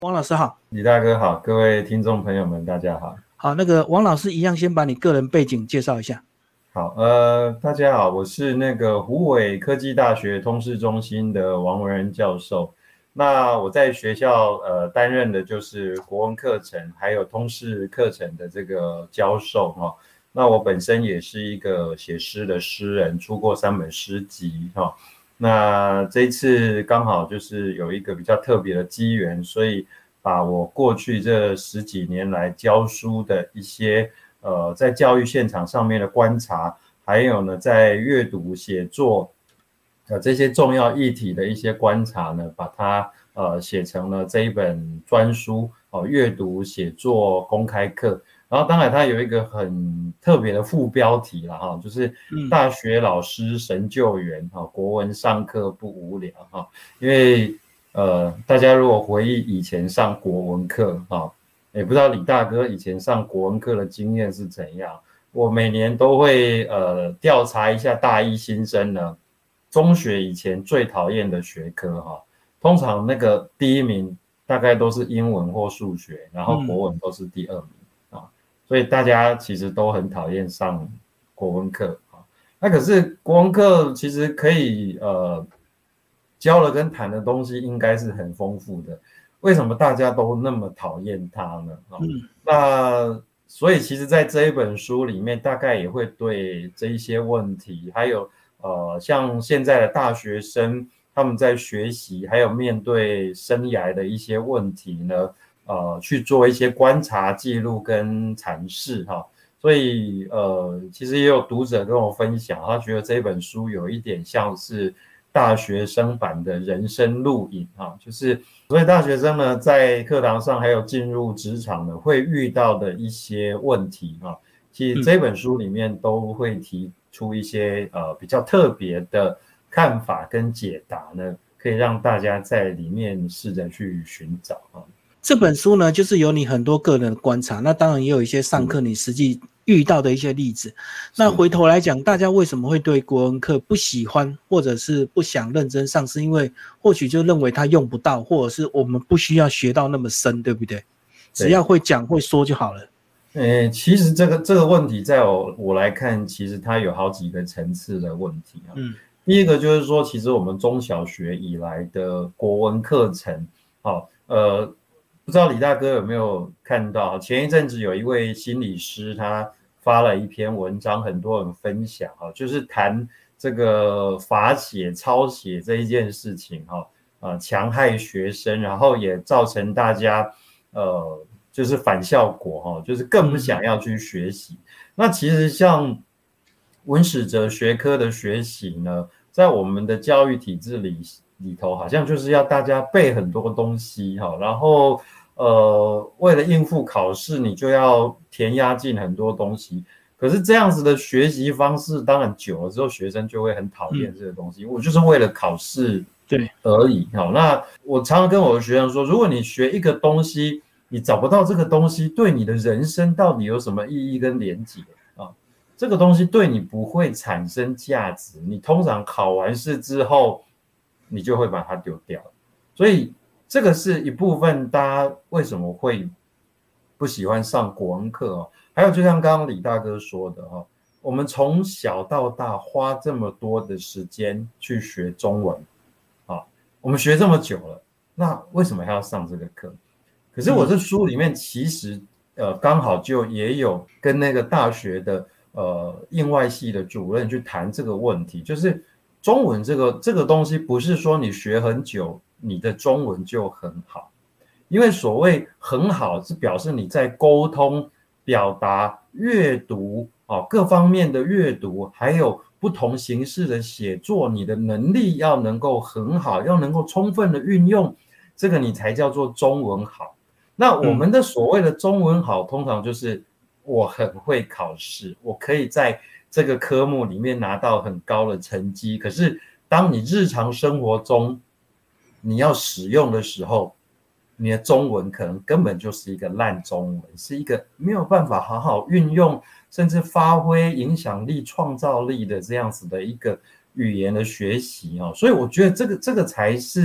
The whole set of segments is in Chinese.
王老师好。 李大哥好，各位听众朋友们，大家好。 好，那个王老师一样，先把你个人背景介绍一下。 好，大家好，我是那个虎尾科技大学通识中心的王文仁教授。那我在学校担任的就是国文课程还有通识课程的这个教授哈。那我本身也是一个写诗的诗人，出过3本诗集哈。那这一次刚好就是有一个比较特别的机缘，所以把我过去这10几年来教书的一些在教育现场上面的观察，还有呢在阅读写作这些重要议题的一些观察呢，把它写成了这一本专书阅读写作公开课。然后当然它有一个很特别的副标题啦哈，就是大学老师神救援国文上课不无聊哈。因为大家如果回忆以前上国文课也不知道李大哥以前上国文课的经验是怎样。我每年都会调查一下大一新生呢，中学以前最讨厌的学科通常那个第一名大概都是英文或数学，然后国文都是第2名所以大家其实都很讨厌上国文课那可是国文课其实可以教了跟谈的东西应该是很丰富的，为什么大家都那么讨厌它呢？那所以其实在这一本书里面大概也会对这一些问题，还有像现在的大学生他们在学习还有面对生涯的一些问题呢去做一些观察记录跟阐释所以其实也有读者跟我分享，他觉得这本书有一点像是大学生版的人生录影就是所以大学生呢在课堂上还有进入职场呢会遇到的一些问题其实这本书里面都会提出一些比较特别的看法跟解答呢，可以让大家在里面试着去寻找这本书呢就是有你很多个人的观察，那当然也有一些上课你实际遇到的一些例子。那回头来讲，大家为什么会对国文课不喜欢或者是不想认真上，是因为或许就认为它用不到，或者是我们不需要学到那么深，对不对？只要会讲会说就好了。 其实这个问题在我来看，其实它有好几个层次的问题第一个就是说，其实我们中小学以来的国文课程不知道李大哥有没有看到，前一阵子有一位心理师他发了一篇文章，很多人分享就是谈这个罚写抄写这一件事情强害学生，然后也造成大家就是反效果就是更不想要去学习那其实像文史哲学科的学习呢，在我们的教育体制里头好像就是要大家背很多东西然后为了应付考试你就要填鸭进很多东西，可是这样子的学习方式当然久了之后学生就会很讨厌这个东西我就是为了考试而已那我常常跟我的学生说，如果你学一个东西你找不到这个东西对你的人生到底有什么意义跟连结这个东西对你不会产生价值，你通常考完试之后你就会把它丢掉，所以这个是一部分大家为什么会不喜欢上国文课还有就像刚刚李大哥说的我们从小到大花这么多的时间去学中文我们学这么久了，那为什么还要上这个课？可是我这书里面其实刚好就也有跟那个大学的应外系的主任去谈这个问题，就是中文这个东西不是说你学很久你的中文就很好，因为所谓很好是表示你在沟通表达阅读各方面的阅读还有不同形式的写作，你的能力要能够很好，要能够充分的运用，这个你才叫做中文好。那我们的所谓的中文好通常就是我很会考试，我可以在这个科目里面拿到很高的成绩，可是当你日常生活中你要使用的时候，你的中文可能根本就是一个烂中文，是一个没有办法好好运用甚至发挥影响力创造力的这样子的一个语言的学习所以我觉得这个才是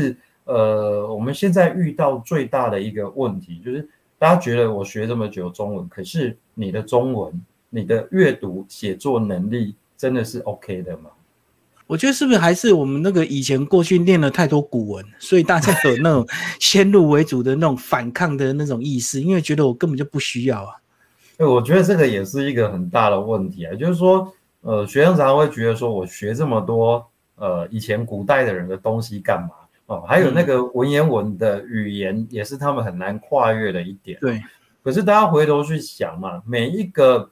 我们现在遇到最大的一个问题就是，大家觉得我学这么久中文，可是你的中文、你的阅读写作能力真的是 OK 的吗？ 我觉得是不是还是我们那个以前过去念了太多古文，所以大家有那种先入为主的那种反抗的那种意识，因为觉得我根本就不需要啊。 我觉得这个也是一个很大的问题啊，就是说，学生常常会觉得说，我学这么多，以前古代的人的东西干嘛？哦，还有那个文言文的语言也是他们很难跨越的一点。 对。 可是大家回头去想嘛，每一个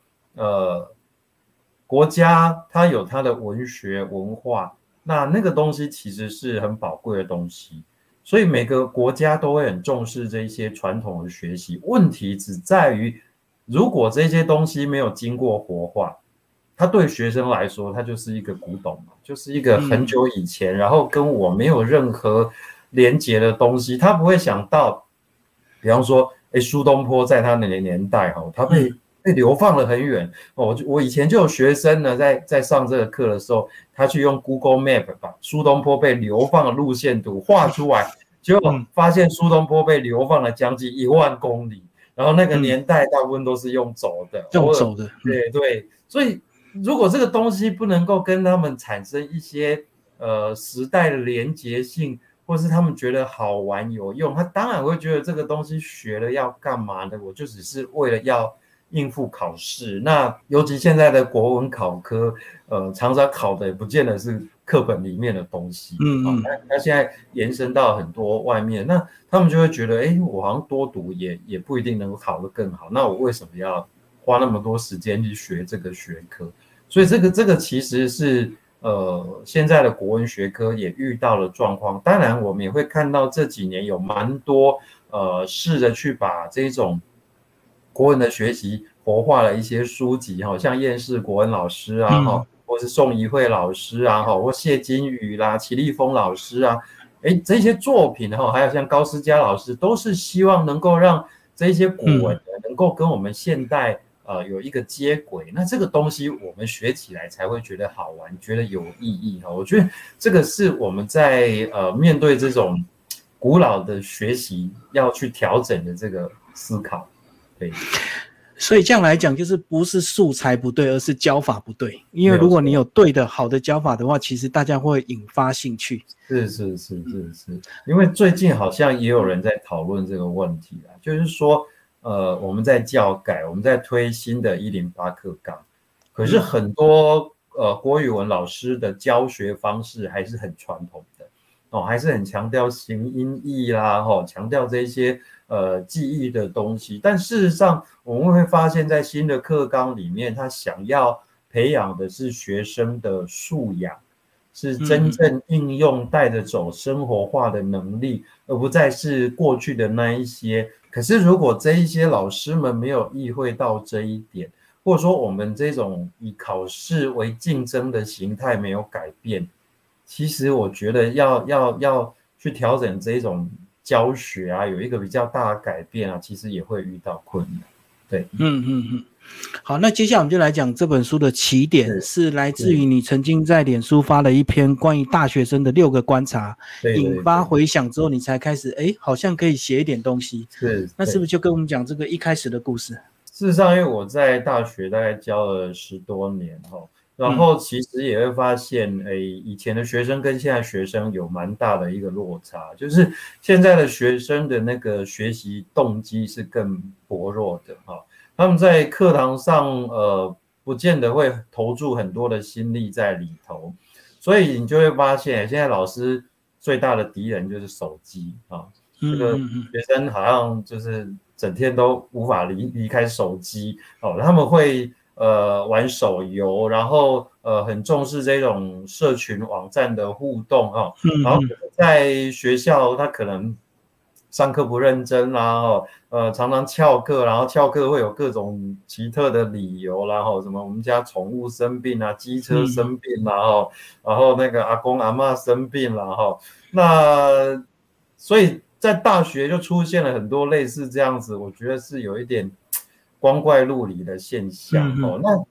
国家它有它的文学文化，那个东西其实是很宝贵的东西，所以每个国家都会很重视这些传统的学习。问题只在于，如果这些东西没有经过活化，它对学生来说，它就是一个古董嘛，就是一个很久以前，然后跟我没有任何连结的东西，他不会想到，比方说，苏东坡在他的年代他被流放了很远我以前就有学生呢，在上这个课的时候，他去用 Google Map 把苏东坡被流放的路线图画出来，结果发现苏东坡被流放了将近10000公里，然后那个年代大部分都是用走的， 用走的， 对对，所以如果这个东西不能够跟他们产生一些时代的连结性，或是他们觉得好玩有用，他当然会觉得这个东西学了要干嘛呢？我就只是为了要应付考试。那尤其现在的国文考科，常常考的也不见得是课本里面的东西，他现在延伸到很多外面，那他们就会觉得，我好像多读也不一定能够考得更好，那我为什么要花那么多时间去学这个学科？所以这个其实是现在的国文学科也遇到了状况。当然我们也会看到这几年有蛮多试着去把这种国文的学习活化了一些书籍像晏氏国文老师啊或是宋怡慧老师啊或谢金鱼啦、齐立峰老师啊，这些作品还有像高思佳老师，都是希望能够让这些古文能够跟我们现代有一个接轨，那这个东西我们学起来才会觉得好玩，觉得有意义我觉得这个是我们在面对这种古老的学习要去调整的这个思考。对， 所以这样来讲，就是不是素材不对，而是教法不对。因为如果你有对的好的教法的话，其实大家会引发兴趣。 是，因为最近好像也有人在讨论这个问题就是说我们在教改，我们在推新的108课纲，可是很多国语文老师的教学方式还是很传统的还是很强调形音义啦强调这些记忆的东西，但事实上我们会发现在新的课纲里面，他想要培养的是学生的素养，是真正应用带着走生活化的能力，而不再是过去的那一些。可是如果这一些老师们没有意会到这一点，或者说我们这种以考试为竞争的形态没有改变，其实我觉得要去调整这种教学有一个比较大的改变其实也会遇到困难。对， 好，那接下来我们就来讲这本书的起点是来自于你曾经在脸书发了一篇关于大学生的6个观察，引发回响之后，你才开始好像可以写一点东西。那是不是就跟我们讲这个一开始的故事？ 事实上，因为我在大学大概教了10多年然后其实也会发现以前的学生跟现在学生有蛮大的一个落差，就是现在的学生的那个学习动机是更薄弱的他们在课堂上不见得会投注很多的心力在里头，所以你就会发现现在老师最大的敌人就是手机这个学生好像就是整天都无法离开手机他们会玩手游，然后很重视这种社群网站的互动然后在学校他可能上课不认真啦常常翘课，然后翘课会有各种奇特的理由啦什么我们家宠物生病机车生病啦然后那个阿公阿嬷生病啦那所以在大学就出现了很多类似这样子，我觉得是有一点光怪陆离的现象那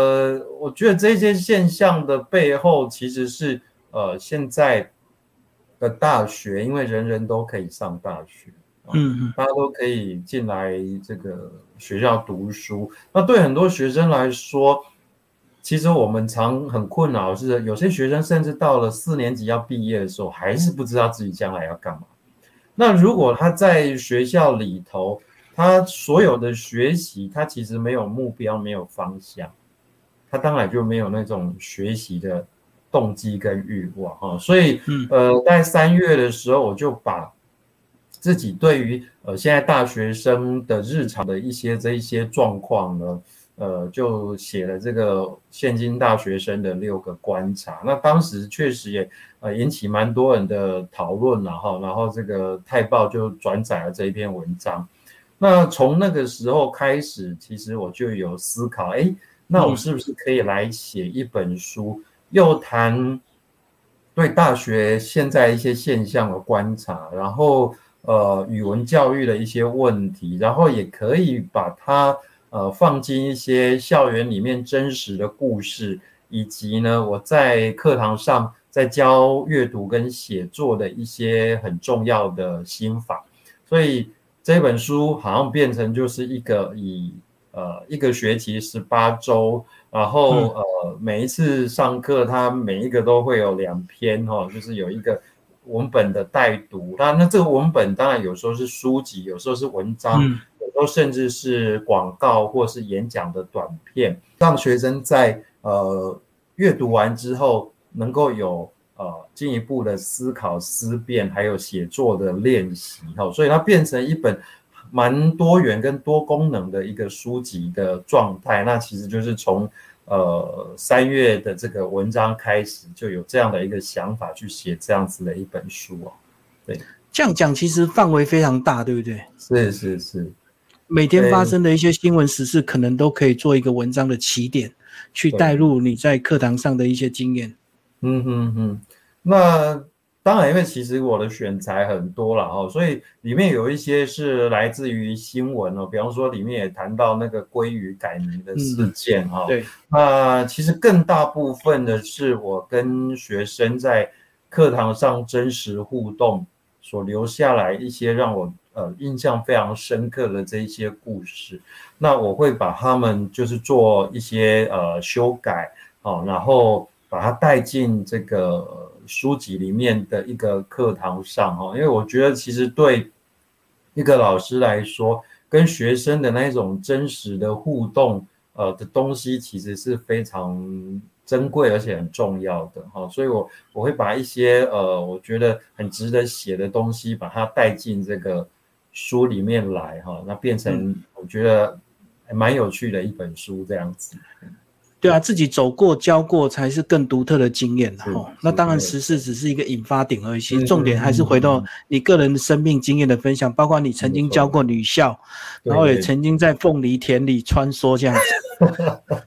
我觉得这些现象的背后其实是现在的大学，因为人人都可以上大学，大家都可以进来这个学校读书。那对很多学生来说，其实我们常很困扰是，有些学生甚至到了4年级要毕业的时候，还是不知道自己将来要干嘛。那如果他在学校里头，他所有的学习，他其实没有目标，没有方向，他当然就没有那种学习的动机跟欲望。所以在3月的时候，我就把自己对于现在大学生的日常的这一些状况呢，就写了这个现今大学生的6个观察。那当时确实也引起蛮多人的讨论，然后这个泰报就转载了这一篇文章。那从那个时候开始，其实我就有思考，那我是不是可以来写一本书，又谈对大学现在一些现象的观察，然后语文教育的一些问题，然后也可以把它放进一些校园里面真实的故事，以及呢我在课堂上在教阅读跟写作的一些很重要的心法。所以这本书好像变成就是一个以一个学期18周，然后每一次上课它每一个都会有2篇就是有一个文本的带读。那这个文本当然有时候是书籍，有时候是文章，有时候甚至是广告或是演讲的短片，让学生在阅读完之后能够有进一步的思考思辨，还有写作的练习。所以它变成一本蛮多元跟多功能的一个书籍的状态。那其实就是从3月的这个文章开始，就有这样的一个想法去写这样子的一本书对， 这样讲其实范围非常大，对不对？ 是， 每天发生的一些新闻时事，可能都可以做一个文章的起点，去带入你在课堂上的一些经验。 那当然，因为其实我的选材很多了所以里面有一些是来自于新闻比方说里面也谈到那个鲑鱼改名的事件对。 那其实更大部分的是我跟学生在课堂上真实互动所留下来一些让我印象非常深刻的这一些故事。那我会把他们就是做一些修改然后把它带进这个书籍里面的一个课堂上因为我觉得其实对一个老师来说，跟学生的那种真实的互动的东西其实是非常珍贵而且很重要的所以我会把一些我觉得很值得写的东西把它带进这个书里面来那变成我觉得还蛮有趣的一本书这样子。 对啊，自己走过教过才是更独特的经验那当然时事只是一个引发点而已，其实重点还是回到你个人的生命经验的分享，包括你曾经教过女校，然后也曾经在凤梨田里穿梭这样子。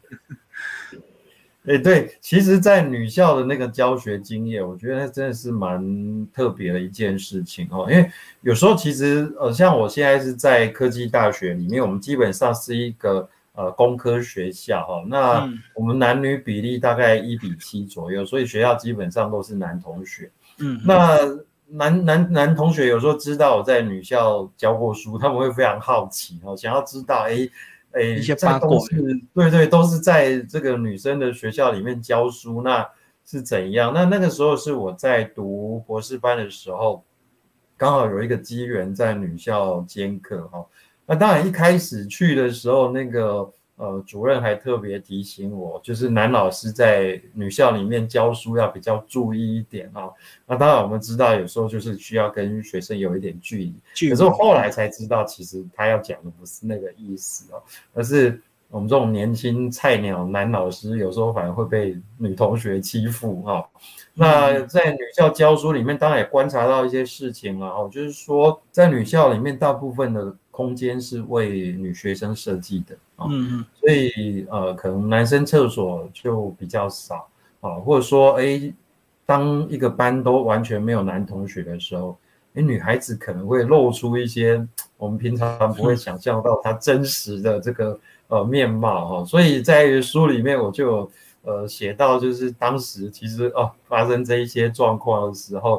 对，其实在女校的那个教学经验，我觉得真的是蛮特别的一件事情因为有时候其实像我现在是在科技大学里面，我们基本上是一个工科学校那我们男女比例大概1:7左右，所以学校基本上都是男同学。那男同学有时候知道我在女校教过书，他们会非常好奇想要知道一些八卦， 对，都是在这个女生的学校里面教书，那是怎样？那个时候是我在读博士班的时候，刚好有一个机缘在女校兼课那当然一开始去的时候，那个主任还特别提醒我，就是男老师在女校里面教书要比较注意一点那当然我们知道有时候就是需要跟学生有一点距离，可是我后来才知道，其实他要讲的不是那个意思而是我们这种年轻菜鸟男老师有时候反而会被女同学欺负那在女校教书里面，当然也观察到一些事情就是说在女校里面大部分的空间是为女学生设计的所以可能男生厕所就比较少或者说当一个班都完全没有男同学的时候，女孩子可能会露出一些我们平常不会想象到她真实的这个面貌所以在书里面我就写到，就是当时其实发生这一些状况的时候，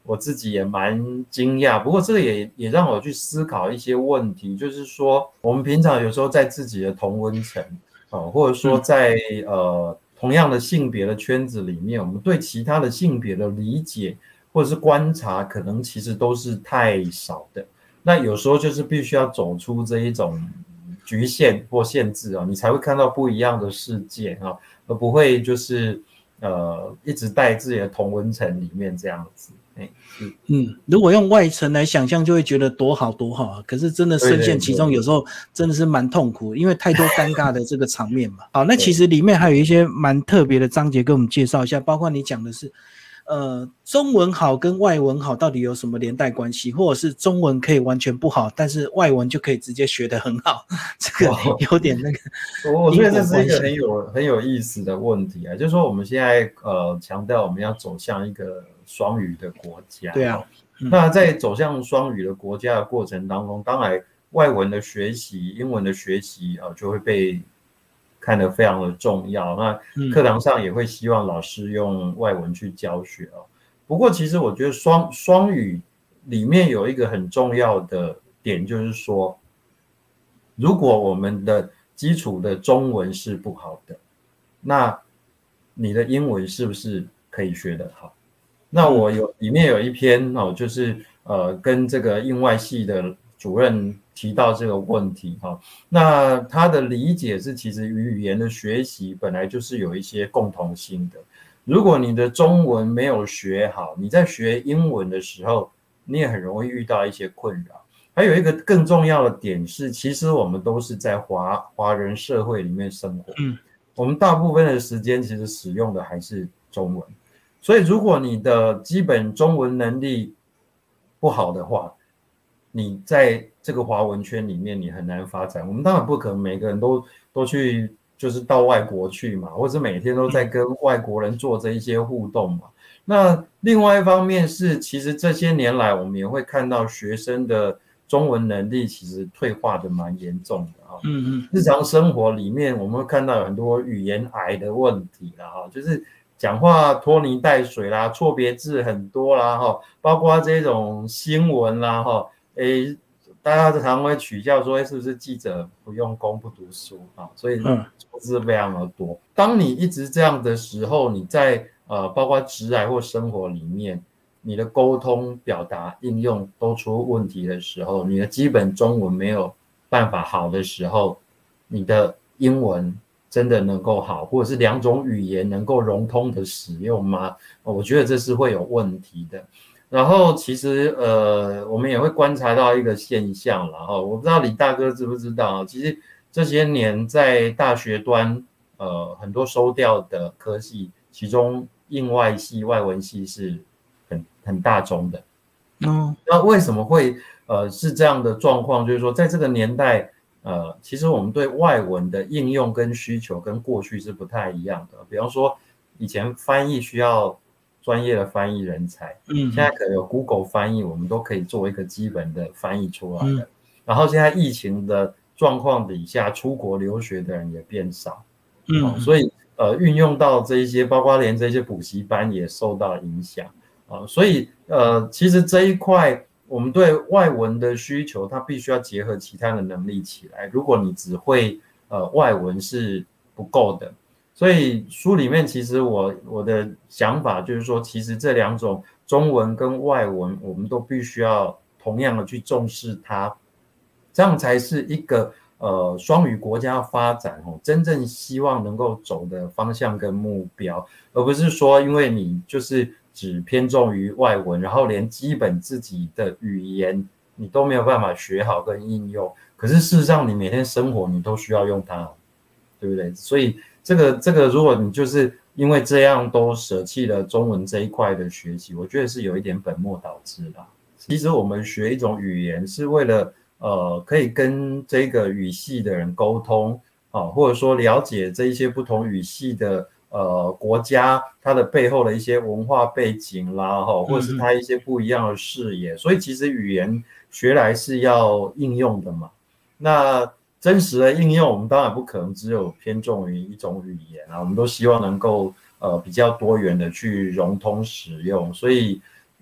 我自己也蛮惊讶。不过这个也让我去思考一些问题，就是说我们平常有时候在自己的同温层或者说在同样的性别的圈子里面，我们对其他的性别的理解或者是观察，可能其实都是太少的。那有时候就是必须要走出这一种局限或限制你才会看到不一样的世界而不会就是一直在自己的同温层里面这样子。 如果用外层来想象，就会觉得多好多好啊。可是真的深陷其中，有时候真的是蛮痛苦，因为太多尴尬的这个场面嘛。好，那其实里面还有一些蛮特别的章节，跟我们介绍一下，包括你讲的是。中文好跟外文好到底有什么连带关系？或者是中文可以完全不好，但是外文就可以直接学得很好？这个有点那个。 我觉得这是一个很有意思的问题就是说我们现在强调我们要走向一个双语的国家。 对啊。 那在走向双语的国家的过程当中，当然外文的学习、英文的学习就会被看得非常的重要，那课堂上也会希望老师用外文去教学不过其实我觉得双语里面有一个很重要的点，就是说如果我们的基础的中文是不好的，那你的英文是不是可以学得好？那我里面有一篇就是跟这个英外系的主任提到这个问题那他的理解是，其实语言的学习本来就是有一些共同性的。如果你的中文没有学好，你在学英文的时候，你也很容易遇到一些困扰。还有一个更重要的点是，其实我们都是在华人社会里面生活，我们大部分的时间其实使用的还是中文。所以如果你的基本中文能力不好的话，你在这个华文圈里面你很难发展。我们当然不可能每个人都去就是到外国去嘛，或者每天都在跟外国人做这一些互动嘛。那另外一方面是，其实这些年来我们也会看到学生的中文能力其实退化的蛮严重的日常生活里面我们会看到有很多语言癌的问题就是讲话拖泥带水啦，错别字很多啦包括这种新闻啦大家常会取笑说是不是记者不用功不读书所以错字非常的多。当你一直这样的时候，你在包括职涯或生活里面，你的沟通表达应用都出问题的时候，你的基本中文没有办法好的时候，你的英文真的能够好，或者是两种语言能够融通的使用吗？我觉得这是会有问题的。然后其实我们也会观察到一个现象啦我不知道李大哥知不知道其实这些年在大学端很多收掉的科系，其中英外系、外文系是很大宗的。那为什么会是这样的状况？就是说在这个年代其实我们对外文的应用跟需求跟过去是不太一样的。比方说以前翻译需要专业的翻译人才，现在可能有 Google 翻译，我们都可以做一个基本的翻译出来的。然后现在疫情的状况底下，出国留学的人也变少，所以运用到这一些，包括连这些补习班也受到影响所以其实这一块我们对外文的需求，它必须要结合其他的能力起来。如果你只会外文是不够的。所以书里面其实我的想法就是说，其实这两种中文跟外文，我们都必须要同样的去重视它，这样才是一个双语国家发展真正希望能够走的方向跟目标，而不是说因为你就是只偏重于外文，然后连基本自己的语言你都没有办法学好跟应用，可是事实上你每天生活你都需要用它，对不对？所以这个如果你就是因为这样都舍弃了中文这一块的学习，我觉得是有一点本末倒置啦。其实我们学一种语言是为了可以跟这个语系的人沟通或者说了解这一些不同语系的国家它的背后的一些文化背景啦或者是它一些不一样的视野，所以其实语言学来是要应用的嘛。那真实的应用我们当然不可能只有偏重于一种语言我们都希望能够比较多元的去融通使用。所以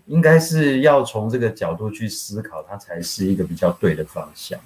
应该是要从这个角度去思考，它才是一个比较对的方向。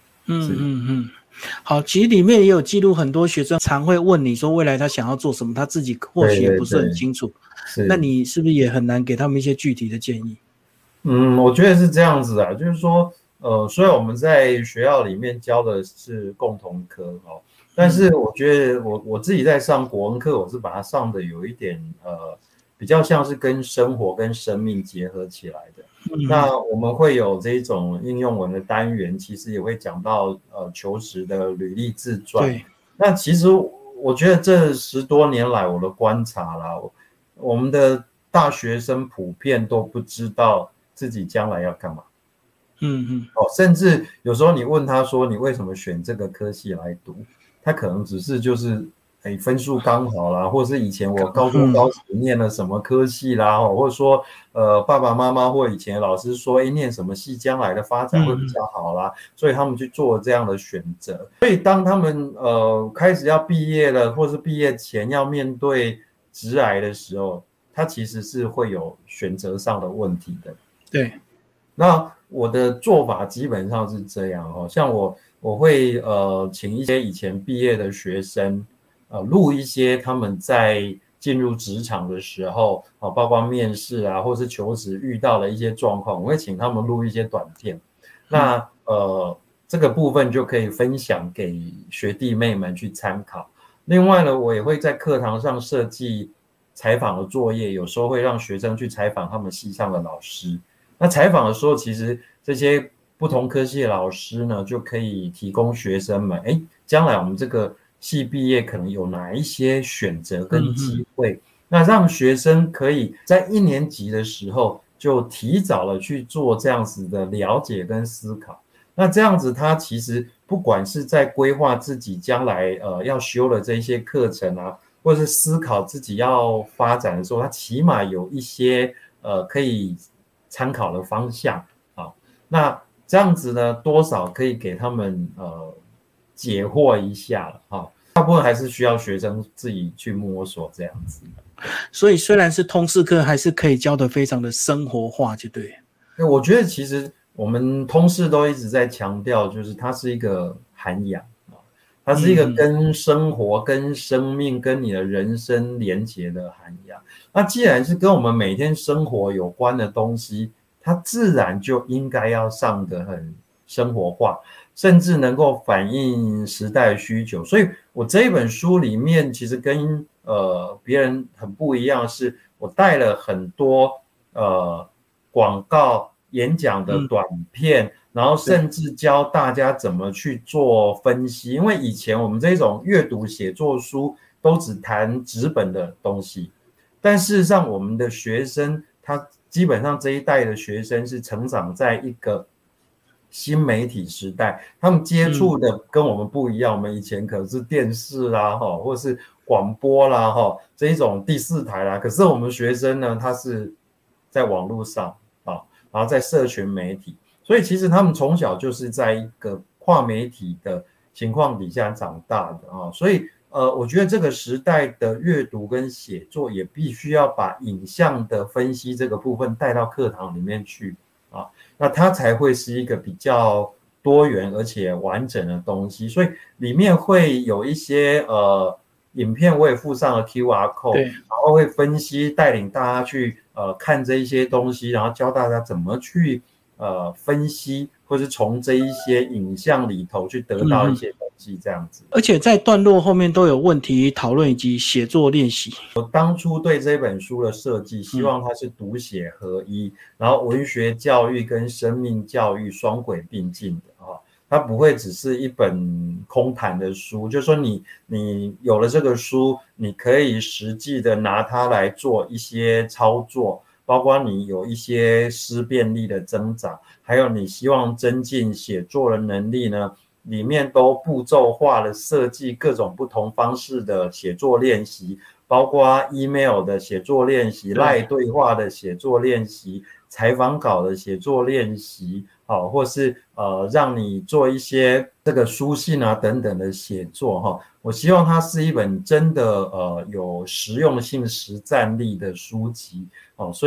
好，其实里面也有记录，很多学生常会问你说未来他想要做什么，他自己或许也不是很清楚。那你是不是也很难给他们一些具体的建议？ 我觉得是这样子啊，就是说，虽然我们在学校里面教的是共同科哦，但是我觉得我自己在上国文课，我是把它上的有一点比较像是跟生活跟生命结合起来的。那我们会有这种应用文的单元，其实也会讲到求职的履历自传。对，那其实我觉得这10多年来我的观察啦，我们的大学生普遍都不知道自己将来要干嘛。甚至有时候你问他说你为什么选这个科系来读，他可能只是就是分数刚好啦，或是以前我高中高职念了什么科系啦，或者说爸爸妈妈或以前老师说念什么系将来的发展会比较好啦，所以他们去做这样的选择。所以当他们开始要毕业了，或是毕业前要面对职涯的时候，他其实是会有选择上的问题的。 对， 那我的做法基本上是这样像我会请一些以前毕业的学生录一些他们在进入职场的时候包括面试啊或是求职遇到的一些状况，我会请他们录一些短片。那这个部分就可以分享给学弟妹们去参考。另外呢，我也会在课堂上设计采访的作业，有时候会让学生去采访他们系上的老师。那采访的时候，其实这些不同科系的老师呢，就可以提供学生们，将来我们这个系毕业可能有哪一些选择跟机会，那让学生可以在1年级的时候就提早了去做这样子的了解跟思考。那这样子他其实不管是在规划自己将来要修的这些课程啊，或者是思考自己要发展的时候，他起码有一些可以参考的方向。那这样子呢，多少可以给他们解惑一下了大部分还是需要学生自己去摸索这样子。 所以虽然是通识课，还是可以教得非常的生活化，就对。 我觉得其实我们通识都一直在强调，就是它是一个涵养它是一个跟生活、跟生命、跟你的人生连结的涵养。那既然是跟我们每天生活有关的东西，它自然就应该要上得很生活化，甚至能够反映时代的需求。所以我这一本书里面其实跟别人很不一样的是，我带了很多广告演讲的短片，然后甚至教大家怎么去做分析。因为以前我们这种阅读写作书都只谈纸本的东西，但事实上我们的学生他基本上这一代的学生是成长在一个新媒体时代，他们接触的跟我们不一样。我们以前可是电视啦或是广播啦这一种第4台啦，可是我们学生呢，他是在网络上然后在社群媒体，所以其实他们从小就是在一个跨媒体的情况底下长大的所以我觉得这个时代的阅读跟写作也必须要把影像的分析这个部分带到课堂里面去那它才会是一个比较多元而且完整的东西。所以里面会有一些影片，我也附上了 QR code， 然后会分析带领大家去看这一些东西，然后教大家怎么去分析，或是从这一些影像里头去得到一些东西这样子。 而且在段落后面都有问题讨论以及写作练习。 我当初对这本书的设计，希望它是读写合一，然后文学教育跟生命教育双轨并进的它不会只是一本空谈的书，就是说你有了这个书，你可以实际的拿它来做一些操作，包括你有一些思辨力的增长，还有你希望增进写作的能力呢，里面都步骤化的设计各种不同方式的写作练习，包括 email 的写作练习、LINE 对话的写作练习、采访稿的写作练习或是让你做一些这个书信啊等等的写作我希望它是一本真的有实用性、实战力的书籍所以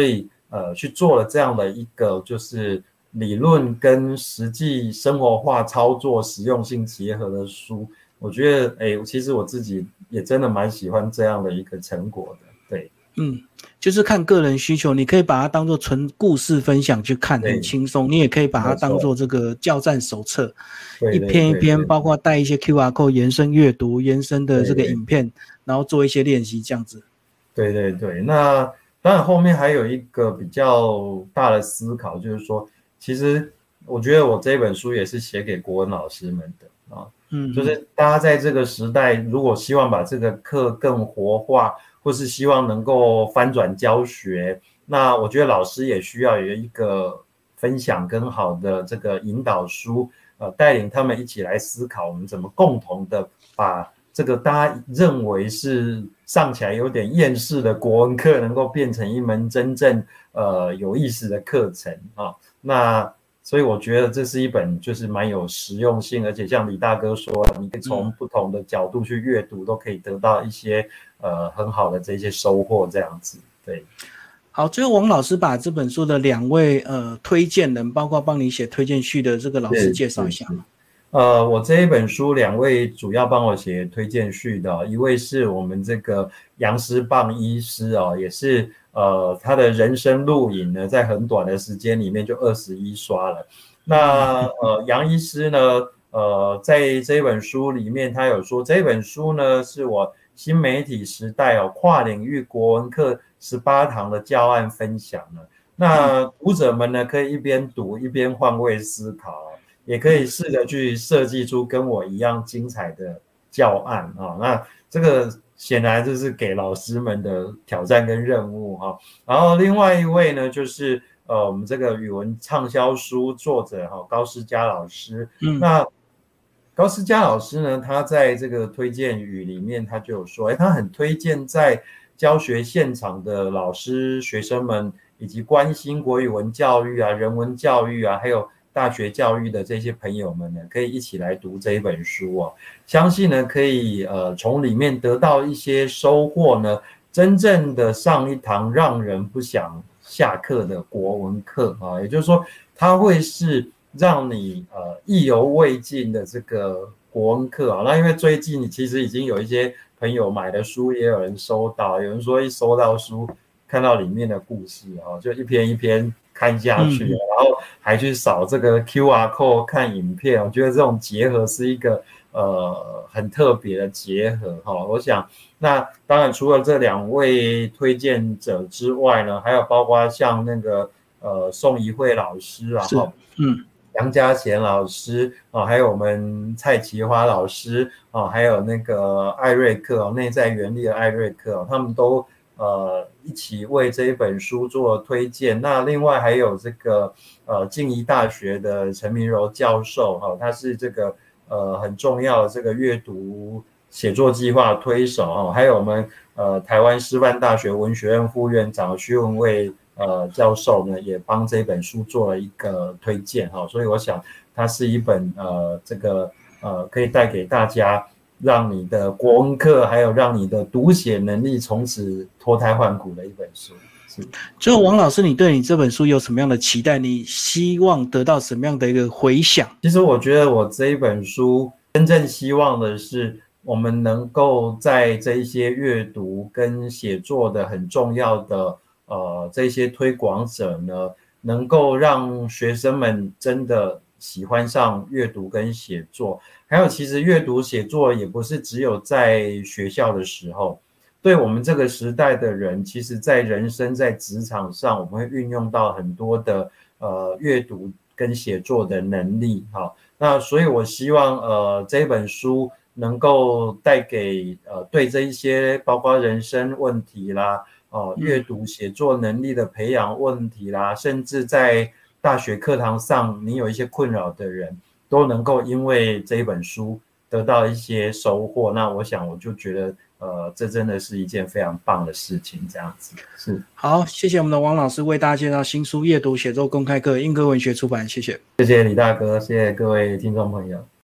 去做了这样的一个就是理论跟实际生活化操作实用性结合的书，我觉得其实我自己也真的蛮喜欢这样的一个成果的。对， 就是看个人需求，你可以把它当做纯故事分享去看，很轻松；你也可以把它当做这个教战手册，一篇一篇，包括带一些 QR code 延伸阅读、延伸的这个影片，然后做一些练习这样子。 对对对，那当然后面还有一个比较大的思考，就是说，其实我觉得我这本书也是写给国文老师们的啊，就是大家在这个时代，如果希望把这个课更活化，或是希望能够翻转教学，那我觉得老师也需要有一个分享跟好的这个引导书，带领他们一起来思考，我们怎么共同的把这个大家认为是上起来有点厌世的国文课，能够变成一门真正有意思的课程啊。那所以我觉得这是一本就是蛮有实用性，而且像李大哥说，你可以从不同的角度去阅读，都可以得到一些很好的这些收获，这样子。对， 好，最后王老师把这本书的2位推荐人，包括帮你写推荐序的这个老师介绍一下。 我这一本书2位主要帮我写推荐序的，一位是我们这个杨诗棒医师也是他的人生录影呢，在很短的时间里面就21刷了。那杨医师呢，在这本书里面，他有说这本书呢是我新媒体时代跨领域国文课18堂的教案分享了。那读者们呢，可以一边读一边换位思考。也可以试着去设计出跟我一样精彩的教案那这个显然就是给老师们的挑战跟任务然后另外一位呢，就是我们这个语文畅销书作者高诗佳老师。那高诗佳老师呢，他在这个推荐语里面，他就有说，他很推荐在教学现场的老师、学生们，以及关心国语文教育人文教育还有大学教育的这些朋友们呢，可以一起来读这一本书相信呢可以从里面得到一些收获呢，真正的上一堂让人不想下课的国文课也就是说，它会是让你意犹未尽的这个国文课那因为最近其实已经有一些朋友买的书，也有人收到，有人说一收到书，看到里面的故事就一篇一篇看下去，然后还去扫这个 QR code 看影片，我觉得这种结合是一个很特别的结合我想，那当然除了这2位推荐者之外呢，还有包括像那个宋怡慧老师杨家贤老师还有我们蔡奇花老师还有那个艾瑞克内在原理的艾瑞克他们都一起为这一本书做推荐。那另外还有这个静宜大学的陈明柔教授他是这个很重要的这个阅读写作计划推手还有我们台湾师范大学文学院副院长徐文蔚教授呢，也帮这本书做了一个推荐所以我想它是一本这个可以带给大家，让你的国文课还有让你的读写能力从此脱胎换骨的一本书。 最后王老师，你对你这本书有什么样的期待？你希望得到什么样的一个回响？ 其实我觉得我这一本书真正希望的是，我们能够在这一些阅读跟写作的很重要的这些推广者呢，能够让学生们真的喜欢上阅读跟写作。还有其实阅读写作也不是只有在学校的时候，对我们这个时代的人，其实在人生在职场上，我们会运用到很多的阅读跟写作的能力那所以我希望这本书能够带给对这一些包括人生问题啦阅读写作能力的培养问题啦，甚至在大学课堂上你有一些困扰的人，都能够因为这一本书得到一些收获。那我想我就觉得这真的是一件非常棒的事情，这样子是。 好，谢谢我们的王老师为大家介绍新书阅读写作公开课，英歌文学出版，谢谢。 谢谢李大哥，谢谢各位听众朋友。